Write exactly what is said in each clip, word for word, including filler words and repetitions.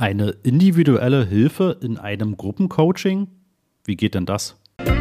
Eine individuelle Hilfe in einem Gruppencoaching? Wie geht denn das?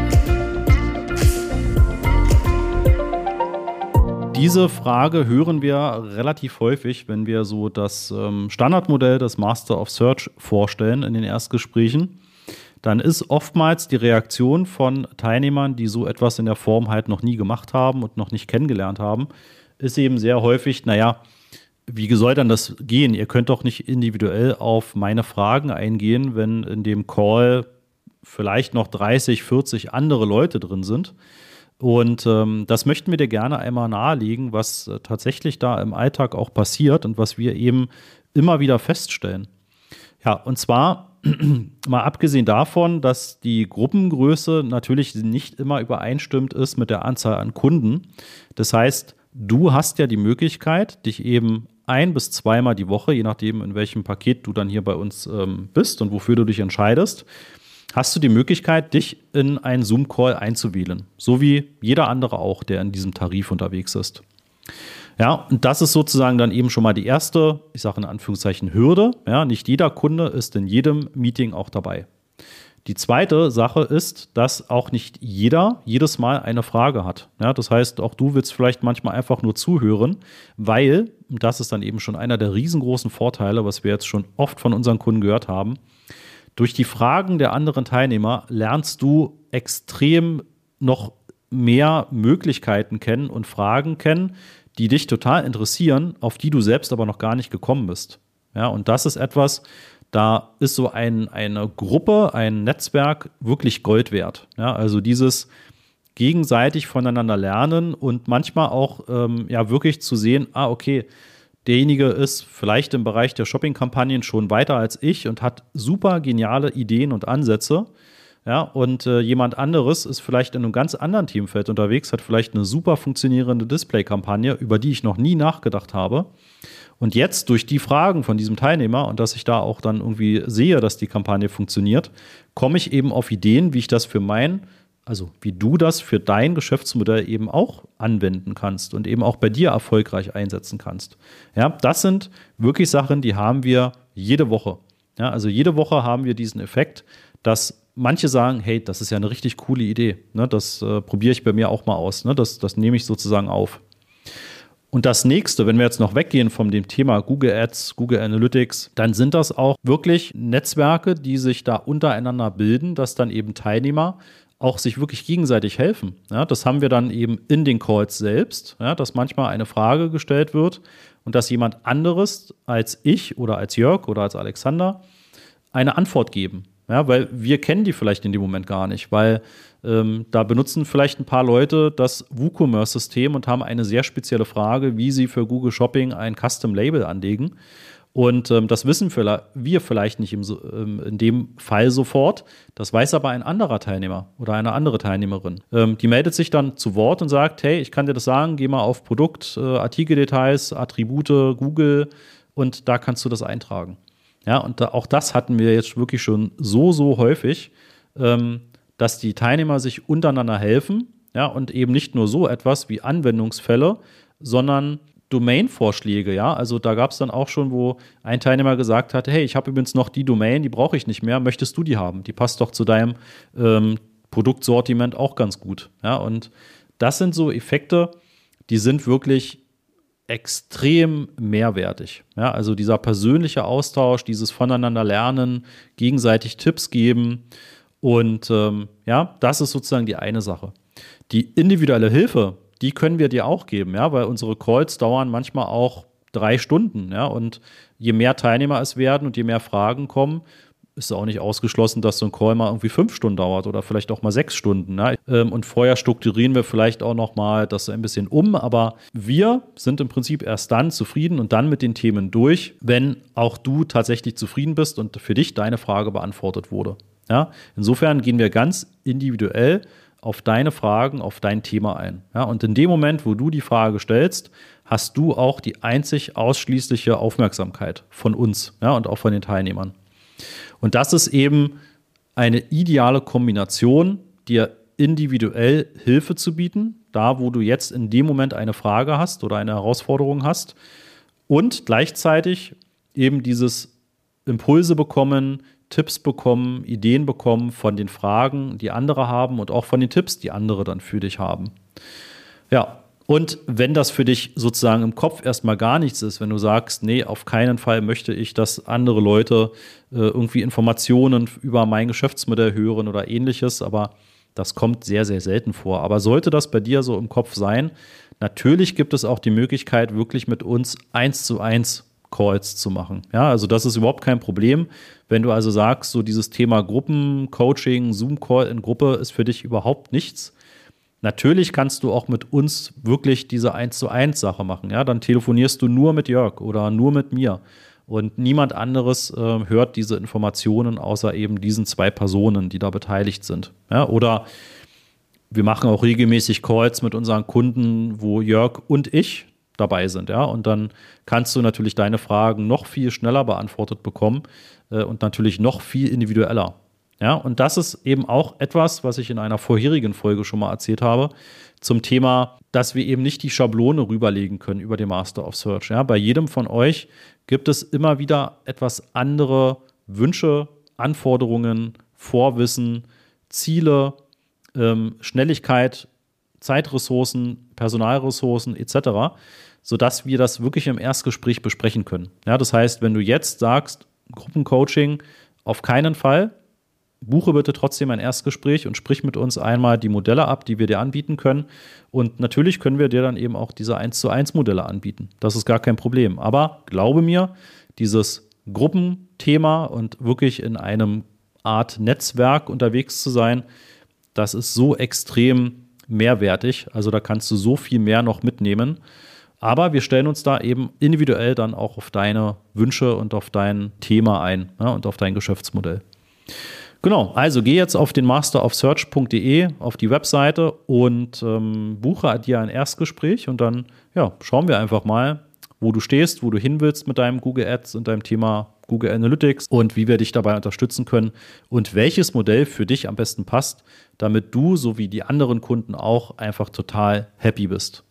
Diese Frage hören wir relativ häufig, wenn wir so das ähm, Standardmodell des Master of Search vorstellen in den Erstgesprächen. Dann ist oftmals die Reaktion von Teilnehmern, die so etwas in der Form halt noch nie gemacht haben und noch nicht kennengelernt haben, ist eben sehr häufig, naja, wie soll dann das gehen? Ihr könnt doch nicht individuell auf meine Fragen eingehen, wenn in dem Call vielleicht noch dreißig, vierzig andere Leute drin sind. Und ähm, das möchten wir dir gerne einmal nahelegen, was äh, tatsächlich da im Alltag auch passiert und was wir eben immer wieder feststellen. Ja, und zwar mal abgesehen davon, dass die Gruppengröße natürlich nicht immer übereinstimmend ist mit der Anzahl an Kunden. Das heißt, du hast ja die Möglichkeit, dich eben ein- bis zweimal die Woche, je nachdem, in welchem Paket du dann hier bei uns ähm, bist und wofür du dich entscheidest, hast du die Möglichkeit, dich in einen Zoom-Call einzuwählen. So wie jeder andere auch, der in diesem Tarif unterwegs ist. Ja, und das ist sozusagen dann eben schon mal die erste, ich sage in Anführungszeichen, Hürde. Ja, nicht jeder Kunde ist in jedem Meeting auch dabei. Die zweite Sache ist, dass auch nicht jeder jedes Mal eine Frage hat. Ja, das heißt, auch du willst vielleicht manchmal einfach nur zuhören, weil, und das ist dann eben schon einer der riesengroßen Vorteile, was wir jetzt schon oft von unseren Kunden gehört haben, durch die Fragen der anderen Teilnehmer lernst du extrem noch mehr Möglichkeiten kennen und Fragen kennen, die dich total interessieren, auf die du selbst aber noch gar nicht gekommen bist. Ja, und das ist etwas, da ist so ein, eine Gruppe, ein Netzwerk wirklich Gold wert. Ja, also dieses gegenseitig voneinander lernen und manchmal auch ähm, ja wirklich zu sehen, ah, okay, derjenige ist vielleicht im Bereich der Shopping-Kampagnen schon weiter als ich und hat super geniale Ideen und Ansätze. Ja, und äh, jemand anderes ist vielleicht in einem ganz anderen Themenfeld unterwegs, hat vielleicht eine super funktionierende Display-Kampagne, über die ich noch nie nachgedacht habe. Und jetzt durch die Fragen von diesem Teilnehmer und dass ich da auch dann irgendwie sehe, dass die Kampagne funktioniert, komme ich eben auf Ideen, wie ich das für mein, also wie du das für dein Geschäftsmodell eben auch anwenden kannst und eben auch bei dir erfolgreich einsetzen kannst. Ja, das sind wirklich Sachen, die haben wir jede Woche. Ja, also jede Woche haben wir diesen Effekt, dass manche sagen, hey, das ist ja eine richtig coole Idee. Ne, das äh, probiere ich bei mir auch mal aus. Ne, das, das nehme ich sozusagen auf. Und das nächste, wenn wir jetzt noch weggehen von dem Thema Google Ads, Google Analytics, dann sind das auch wirklich Netzwerke, die sich da untereinander bilden, dass dann eben Teilnehmer auch sich wirklich gegenseitig helfen. Ja, das haben wir dann eben in den Calls selbst, ja, dass manchmal eine Frage gestellt wird und dass jemand anderes als ich oder als Jörg oder als Alexander eine Antwort geben. Ja, weil wir kennen die vielleicht in dem Moment gar nicht, weil ähm, da benutzen vielleicht ein paar Leute das WooCommerce-System und haben eine sehr spezielle Frage, wie sie für Google Shopping ein Custom-Label anlegen. Und ähm, das wissen wir vielleicht nicht im, ähm, in dem Fall sofort. Das weiß aber ein anderer Teilnehmer oder eine andere Teilnehmerin. Ähm, die meldet sich dann zu Wort und sagt, hey, ich kann dir das sagen, geh mal auf Produkt, äh, Artikeldetails, Attribute, Google und da kannst du das eintragen. Ja, und da, auch das hatten wir jetzt wirklich schon so, so häufig, ähm, dass die Teilnehmer sich untereinander helfen, ja, und eben nicht nur so etwas wie Anwendungsfälle, sondern Domain-Vorschläge, ja, also da gab es dann auch schon, wo ein Teilnehmer gesagt hat, hey, ich habe übrigens noch die Domain, die brauche ich nicht mehr, möchtest du die haben? Die passt doch zu deinem ähm, Produktsortiment auch ganz gut, ja, und das sind so Effekte, die sind wirklich extrem mehrwertig. Ja, also dieser persönliche Austausch, dieses Voneinander lernen, gegenseitig Tipps geben und ähm, ja, das ist sozusagen die eine Sache. Die individuelle Hilfe, die können wir dir auch geben, ja, weil unsere Calls dauern manchmal auch drei Stunden, ja, und je mehr Teilnehmer es werden und je mehr Fragen kommen, ist auch nicht ausgeschlossen, dass so ein Call mal irgendwie fünf Stunden dauert oder vielleicht auch mal sechs Stunden. Ne? Und vorher strukturieren wir vielleicht auch noch mal das ein bisschen um, aber wir sind im Prinzip erst dann zufrieden und dann mit den Themen durch, wenn auch du tatsächlich zufrieden bist und für dich deine Frage beantwortet wurde. Ja? Insofern gehen wir ganz individuell auf deine Fragen, auf dein Thema ein. Ja? Und in dem Moment, wo du die Frage stellst, hast du auch die einzig ausschließliche Aufmerksamkeit von uns, ja, und auch von den Teilnehmern. Und das ist eben eine ideale Kombination, dir individuell Hilfe zu bieten, da wo du jetzt in dem Moment eine Frage hast oder eine Herausforderung hast und gleichzeitig eben dieses Impulse bekommen, Tipps bekommen, Ideen bekommen von den Fragen, die andere haben und auch von den Tipps, die andere dann für dich haben. Ja, und wenn das für dich sozusagen im Kopf erstmal gar nichts ist, wenn du sagst, nee, auf keinen Fall möchte ich, dass andere Leute äh, irgendwie Informationen über mein Geschäftsmodell hören oder ähnliches, aber das kommt sehr, sehr selten vor. Aber sollte das bei dir so im Kopf sein, natürlich gibt es auch die Möglichkeit, wirklich mit uns eins zu eins Calls zu machen. Ja, also das ist überhaupt kein Problem. Wenn du also sagst, so dieses Thema Gruppen, Coaching, Zoom-Call in Gruppe ist für dich überhaupt nichts. Natürlich kannst du auch mit uns wirklich diese eins zu eins Sache machen. Ja, dann telefonierst du nur mit Jörg oder nur mit mir. Und niemand anderes äh, hört diese Informationen, außer eben diesen zwei Personen, die da beteiligt sind. Ja, oder wir machen auch regelmäßig Calls mit unseren Kunden, wo Jörg und ich dabei sind. Ja, und dann kannst du natürlich deine Fragen noch viel schneller beantwortet bekommen äh, und natürlich noch viel individueller. Ja, und das ist eben auch etwas, was ich in einer vorherigen Folge schon mal erzählt habe, zum Thema, dass wir eben nicht die Schablone rüberlegen können über den Master of Search. Ja, bei jedem von euch gibt es immer wieder etwas andere Wünsche, Anforderungen, Vorwissen, Ziele, ähm, Schnelligkeit, Zeitressourcen, Personalressourcen et cetera, sodass wir das wirklich im Erstgespräch besprechen können. Ja, das heißt, wenn du jetzt sagst, Gruppencoaching auf keinen Fall, buche bitte trotzdem ein Erstgespräch und sprich mit uns einmal die Modelle ab, die wir dir anbieten können. Und natürlich können wir dir dann eben auch diese eins zu eins Modelle anbieten. Das ist gar kein Problem. Aber glaube mir, dieses Gruppenthema und wirklich in einem Art Netzwerk unterwegs zu sein, das ist so extrem mehrwertig. Also da kannst du so viel mehr noch mitnehmen. Aber wir stellen uns da eben individuell dann auch auf deine Wünsche und auf dein Thema ein, ja, und auf dein Geschäftsmodell. Genau, also geh jetzt auf den master of search punkt de, auf die Webseite und ähm, buche dir ein Erstgespräch und dann ja, schauen wir einfach mal, wo du stehst, wo du hin willst mit deinem Google Ads und deinem Thema Google Analytics und wie wir dich dabei unterstützen können und welches Modell für dich am besten passt, damit du, so wie die anderen Kunden auch, einfach total happy bist.